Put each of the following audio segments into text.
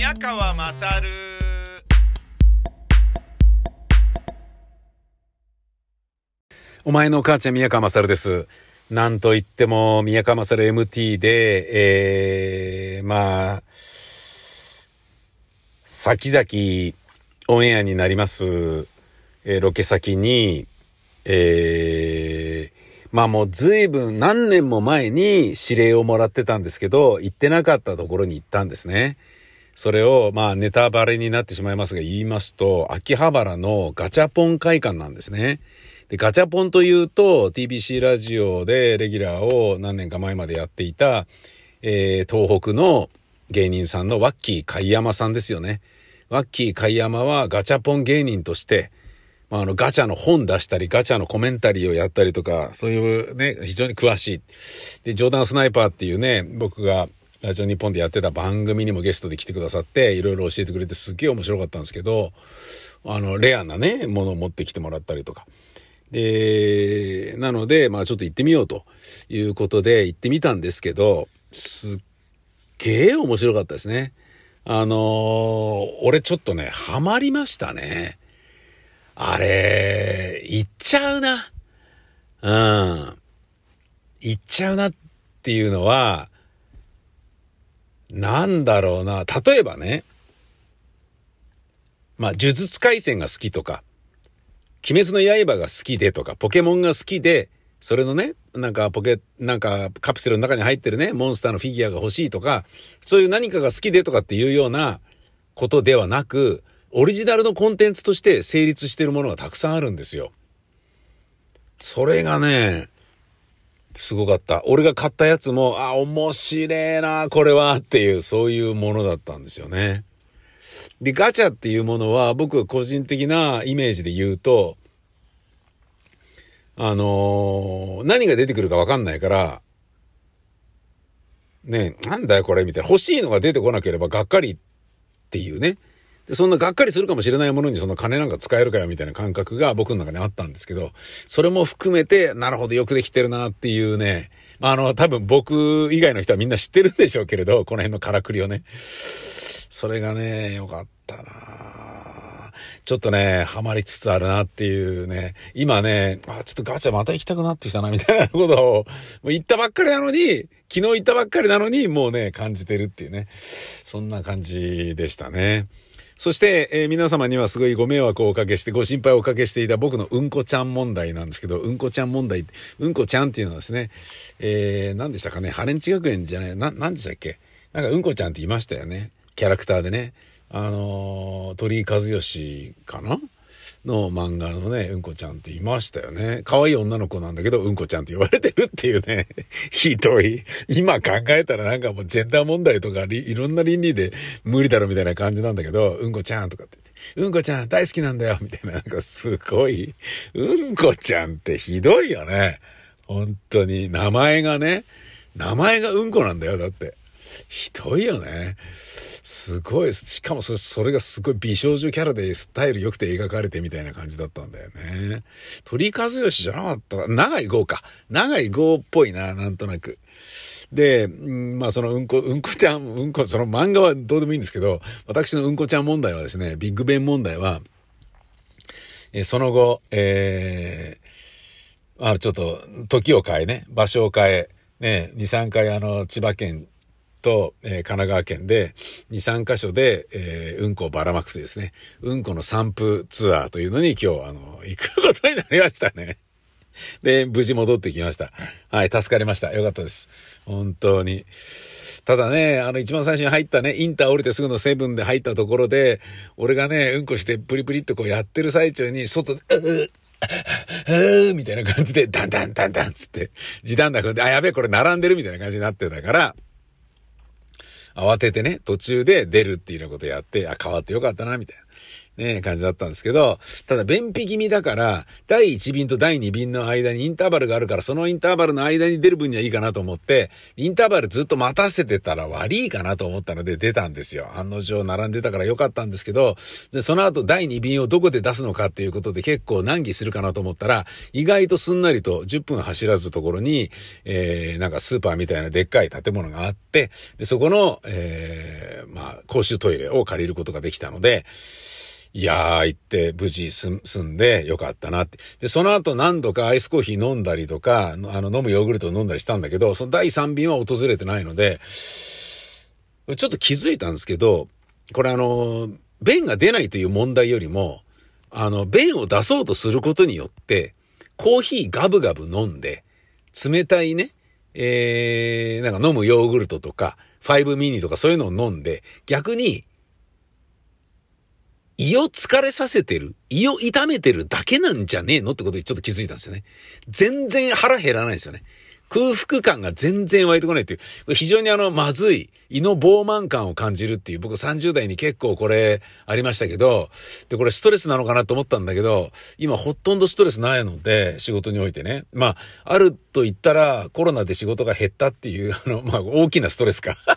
宮川勝。 お前の母ちゃん宮川勝です。なんといっても宮川勝 MT で、先々オンエアになります、ロケ先に、もう随分何年も前に指令をもらってたんですけど、行ってなかったところに行ったんですね。それをネタバレになってしまいますが言いますと、秋葉原のガチャポン会館なんですね。で、ガチャポンというと TBC ラジオでレギュラーを何年か前までやっていた、東北の芸人さんのワッキー貝山さんですよね。ワッキー貝山はガチャポン芸人として、ガチャの本出したり、ガチャのコメンタリーをやったりとか、そういうね、非常に詳しい。で、ジョーダンスナイパーっていうね、僕がラジオ日本でやってた番組にもゲストで来てくださって、いろいろ教えてくれてすっげえ面白かったんですけど、レアなね、ものを持ってきてもらったりとか。で、なので、ちょっと行ってみようということで行ってみたんですけど、すっげえ面白かったですね。俺ちょっとね、ハマりましたね。あれ、行っちゃうな。行っちゃうなっていうのは、なんだろうな。例えばね、呪術廻戦が好きとか、鬼滅の刃が好きでとか、ポケモンが好きで、それのね、カプセルの中に入ってるね、モンスターのフィギュアが欲しいとか、そういう何かが好きでとかっていうようなことではなく、オリジナルのコンテンツとして成立しているものがたくさんあるんですよ。それがね、すごかった。俺が買ったやつも、面白いな、これはっていう、そういうものだったんですよね。で、ガチャっていうものは、僕は個人的なイメージで言うと、何が出てくるか分かんないから、ね、なんだよこれみたいな。欲しいのが出てこなければがっかりっていうね。で、そんながっかりするかもしれないものにその金なんか使えるかよみたいな感覚が僕の中にあったんですけど、それも含めて、なるほどよくできてるなっていうね。多分僕以外の人はみんな知ってるんでしょうけれど、この辺のからくりをね。それがね、よかったな。ちょっとね、ハマりつつあるなっていうね。今ね、ちょっとガチャまた行きたくなってきたなみたいなことを、もう言ったばっかりなのに、昨日言ったばっかりなのに、もうね、感じてるっていうね。そんな感じでしたね。そして、皆様にはすごいご迷惑をおかけして、ご心配をおかけしていた僕のうんこちゃん問題なんですけど、うんこちゃん問題、うんこちゃんっていうのはですね、何でしたかね、ハレンチ学園じゃない、なんでしたっけ、うんこちゃんって言いましたよね。キャラクターでね。鳥居和義かなの漫画のね、うんこちゃんっていましたよね。可愛い女の子なんだけど、うんこちゃんって言われてるっていうね。ひどい。今考えたらもうジェンダー問題とかいろんな倫理で無理だろみたいな感じなんだけど、うんこちゃんとかって言って、うんこちゃん大好きなんだよみたいな、すごい。うんこちゃんってひどいよね。本当に。名前がうんこなんだよ。だって。ひどいよね。すごい。しかもそれがすごい美少女キャラでスタイル良くて描かれてみたいな感じだったんだよね。鳥居和義じゃなかった長井豪か。長井豪っぽいな、なんとなく。で、そのうんこちゃん、その漫画はどうでもいいんですけど、私のうんこちゃん問題はですね、ビッグベン問題は、その後、ちょっと時を変えね、場所を変え、ね、2、3回千葉県と、神奈川県で2、3カ所で、うんこをばらまくというですね、うんこの散布ツアーというのに今日行くことになりましたね。で、無事戻ってきました。はい、助かりました。よかったです。本当に。ただね、一番最初に入ったね、インター降りてすぐのセブンで入ったところで、俺がね、うんこしてプリプリっとこうやってる最中に、外で、みたいな感じで、ダンダンダンダンつって、時短だで、やべえ、これ並んでるみたいな感じになってたから、慌ててね、途中で出るっていうようなことやって、変わってよかったな、みたいな。 ね、感じだったんですけど、ただ便秘気味だから、第1便と第2便の間にインターバルがあるから、そのインターバルの間に出る分にはいいかなと思って、インターバルずっと待たせてたら悪いかなと思ったので出たんですよ。案の定並んでたからよかったんですけど、で、その後第2便をどこで出すのかっていうことで結構難儀するかなと思ったら、意外とすんなりと10分走らずところに、なんかスーパーみたいなでっかい建物があって、で、そこの、公衆トイレを借りることができたので、いやー、行って無事済んでよかったなって。で、その後何度かアイスコーヒー飲んだりとか、飲むヨーグルトを飲んだりしたんだけど、その第3便は訪れてないので、ちょっと気づいたんですけど、これ便が出ないという問題よりも、便を出そうとすることによって、コーヒーガブガブ飲んで、冷たいね、なんか飲むヨーグルトとか、5ミニとかそういうのを飲んで、逆に、胃を疲れさせてる、胃を痛めてるだけなんじゃねえのってことにちょっと気づいたんですよね。全然腹減らないんですよね。空腹感が全然湧いてこないっていう、非常にまずい、胃の膨満感を感じるっていう、僕30代に結構これありましたけど、で、これストレスなのかなと思ったんだけど、今ほとんどストレスないので、仕事においてね。あると言ったらコロナで仕事が減ったっていう、大きなストレスか。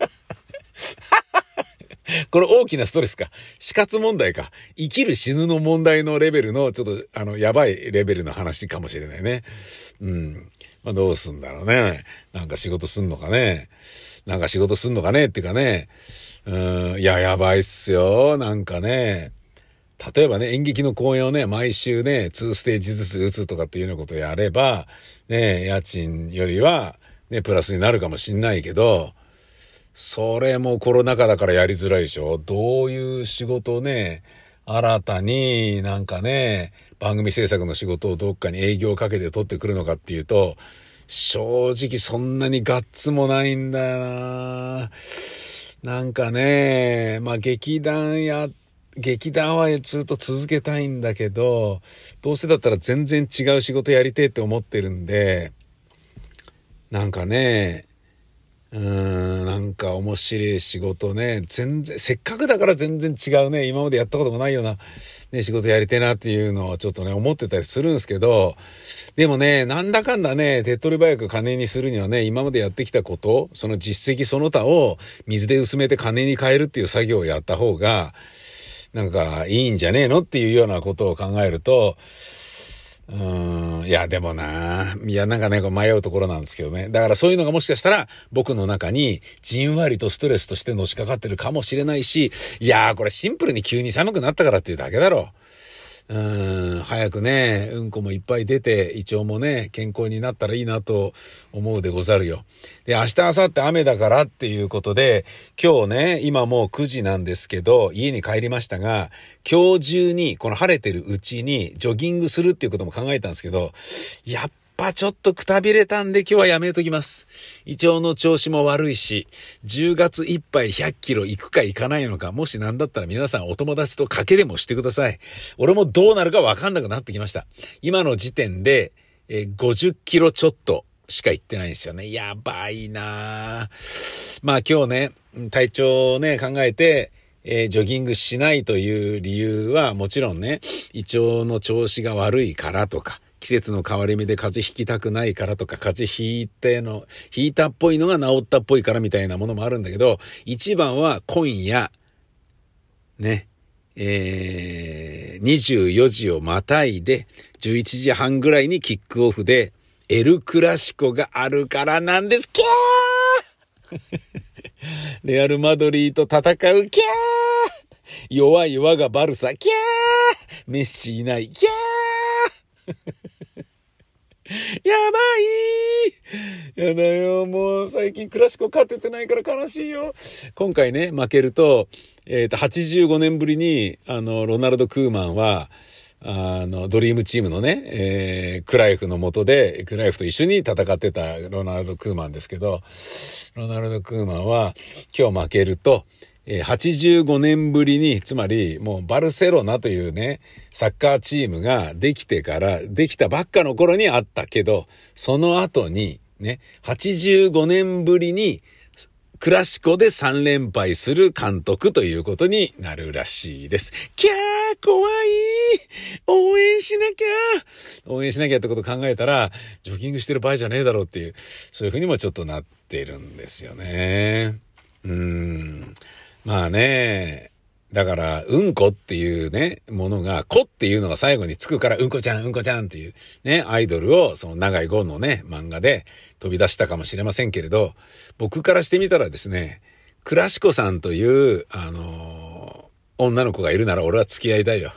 これ大きなストレスか。死活問題か。生きる死ぬの問題のレベルの、ちょっと、やばいレベルの話かもしれないね。どうすんだろうね。なんか仕事すんのかね。っていうかね。やばいっすよ。なんかね。例えばね、演劇の公演をね、毎週ね、2ステージずつ打つとかっていうようなことをやれば、ね、家賃よりは、ね、プラスになるかもしんないけど、それもコロナ禍だからやりづらいでしょ。どういう仕事をね、新たになんかね、番組制作の仕事をどっかに営業かけて取ってくるのかっていうと、正直そんなにガッツもないんだよな。なんかね、劇団はずっと続けたいんだけど、どうせだったら全然違う仕事やりてえって思ってるんで、なんかね、なんか面白い仕事ね、全然、せっかくだから全然違うね、今までやったこともないような、ね、仕事やりてえなっていうのをちょっとね、思ってたりするんですけど、でもね、なんだかんだね、手っ取り早く金にするにはね、今までやってきたこと、その実績その他を水で薄めて金に変えるっていう作業をやった方が、なんかいいんじゃねえのっていうようなことを考えると、いや、でもな。いや、なんかね、迷うところなんですけどね。だからそういうのがもしかしたら、僕の中に、じんわりとストレスとしてのしかかってるかもしれないし、いやー、これシンプルに急に寒くなったからっていうだけだろう。早くね、うんこもいっぱい出て、胃腸もね、健康になったらいいなと思うでござるよ。で、明日、明後日雨だからっていうことで、今日ね、今もう9時なんですけど、家に帰りましたが、今日中に、この晴れてるうちに、ジョギングするっていうことも考えたんですけど、やっぱちょっとくたびれたんで今日はやめときます。胃腸の調子も悪いし、10月いっぱい100キロ行くか行かないのか、もしなんだったら皆さんお友達と賭けでもしてください。俺もどうなるか分かんなくなってきました。今の時点で、50キロちょっとしか行ってないんですよね。やばいなぁ。今日ね、体調をね、考えて、ジョギングしないという理由はもちろんね、胃腸の調子が悪いからとか、季節の変わり目で風邪ひきたくないからとか、風邪ひいたっぽいのが治ったっぽいからみたいなものもあるんだけど、一番は今夜、ね、24時をまたいで、11時半ぐらいにキックオフで、エルクラシコがあるからなんです。キャーレアルマドリーと戦う。キャー弱い我がバルサ。キャーメッシいない。キャーやばいやだよ、もう最近クラシコ勝ててないから悲しいよ。今回ね、負けると、85年ぶりに、ロナルド・クーマンは、ドリームチームのね、クライフの下で、クライフと一緒に戦ってたロナルド・クーマンですけど、ロナルド・クーマンは今日負けると、85年ぶりに、つまりもうバルセロナというね、サッカーチームができたばっかの頃にあったけど、その後にね、85年ぶりにクラシコで3連敗する監督ということになるらしいです。キャー怖い応援しなきゃってことを考えたら、ジョギングしてる場合じゃねえだろうっていう、そういう風にもちょっとなってるんですよね。まあね、だから、うんこっていうね、ものが、こっていうのが最後につくから、うんこちゃんっていうね、アイドルを、その長い号のね、漫画で飛び出したかもしれませんけれど、僕からしてみたらですね、クラシコさんという、女の子がいるなら俺は付き合いたいよ。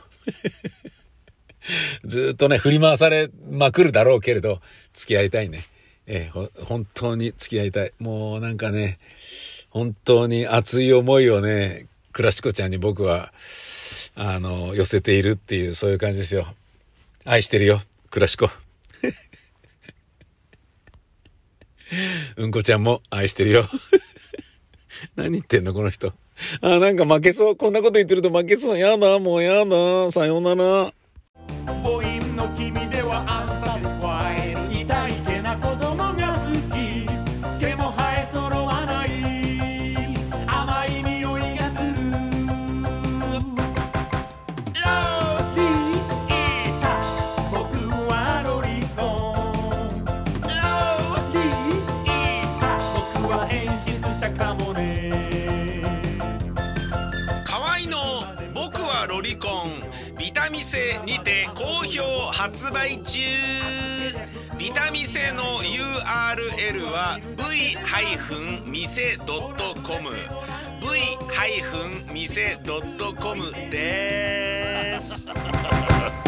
ずっとね、振り回されまくるだろうけれど、付き合いたいね。本当に付き合いたい。もうなんかね、本当に熱い思いをね、クラシコちゃんに僕は、寄せているっていう、そういう感じですよ。愛してるよ、クラシコ。うんこちゃんも愛してるよ。何言ってんの、この人。なんか負けそう。こんなこと言ってると負けそう。やだ、もうやだ。さようなら。 母音の君ではアンサティスファイ痛いけな子供が好き毛も生え揃わない甘い匂いがするロリータ僕はロリコンロリータ僕は演出者かもね河合の僕はロリコンビタミセにて好評発売中。ビタミセの URL は v-mise.com v-mise.com です。